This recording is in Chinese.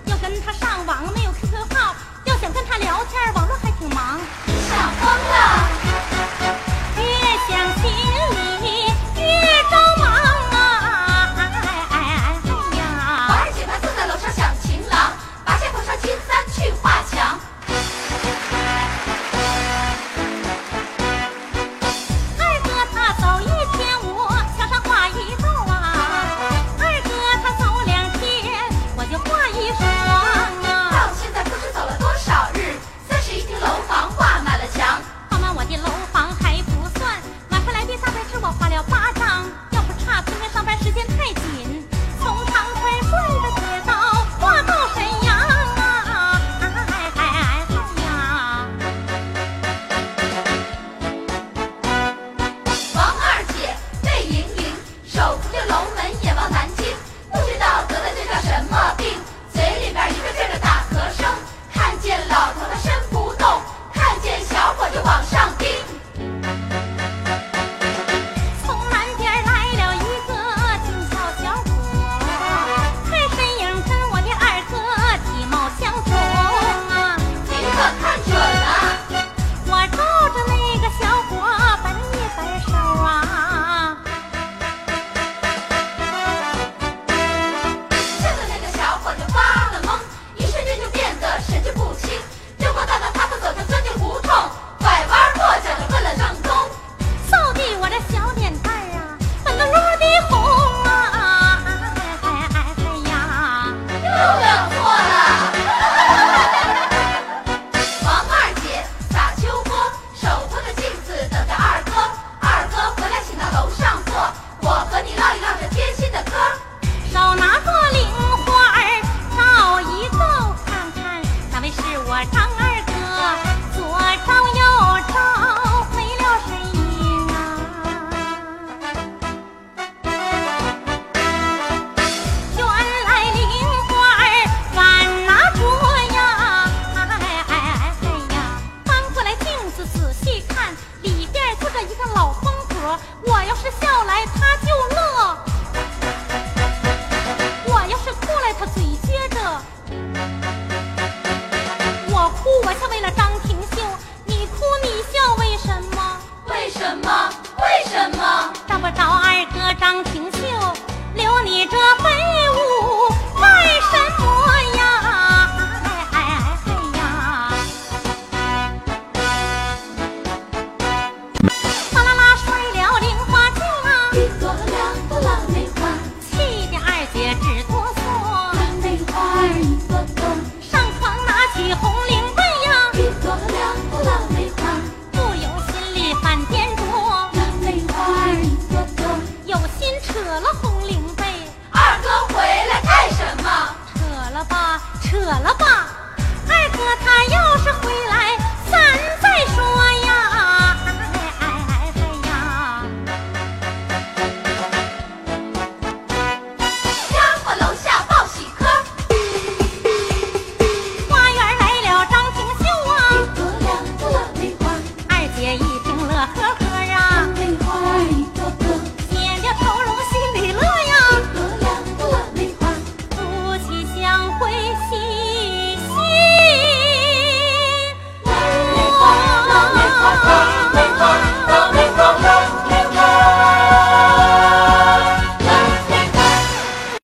要跟他上网没有 QQ 号，要想跟他聊天网络还挺忙。 想疯了， 越想心里越着忙啊！哎呀， 王二姐她坐在楼上想情郎，拔下头上金簪去画墙。 二哥他走一天，我墙上画一道啊；二哥他走2天，我就画一双啊。 到现在不知走了多少日，31厅楼房画满了墙。 画满我的楼房还不算，晚上来的大白纸我画了8张。要不差今天上班时间太紧，从长春顺着铁道画到沈阳啊！哎呀！ 王二姐泪盈盈，手扶着楼门眼望南京，不知道得的这叫什么病，嘴里边一个劲儿的打咳声。看见老头他身不动，看见小伙就往上盯。 从南边来了一个俊俏小伙，看身影跟我的二哥体貌相同啊！ 您可看准了， 我照着那个小伙摆了一摆手啊。 见了那个小伙就发了懵，一瞬间就变得神志不清，溜过大道他不走就钻进胡同，拐弯抹角就问了正宫。 扫地我这小脸蛋儿啊，粉嘟嘟的红啊！哎呀！ 又惹祸了。王二姐撒秋波，手托着镜子等着二哥，二哥回来请到楼上坐，我和你唠一唠这贴心的嗑。 手拿着零花儿照一照，看看哪位是我张二哥，左照右照回了身影啊。原来零花儿反拿着呀，哎呀，翻过来镜子仔细看，里边坐着一个老疯婆，我要是笑来他就乐。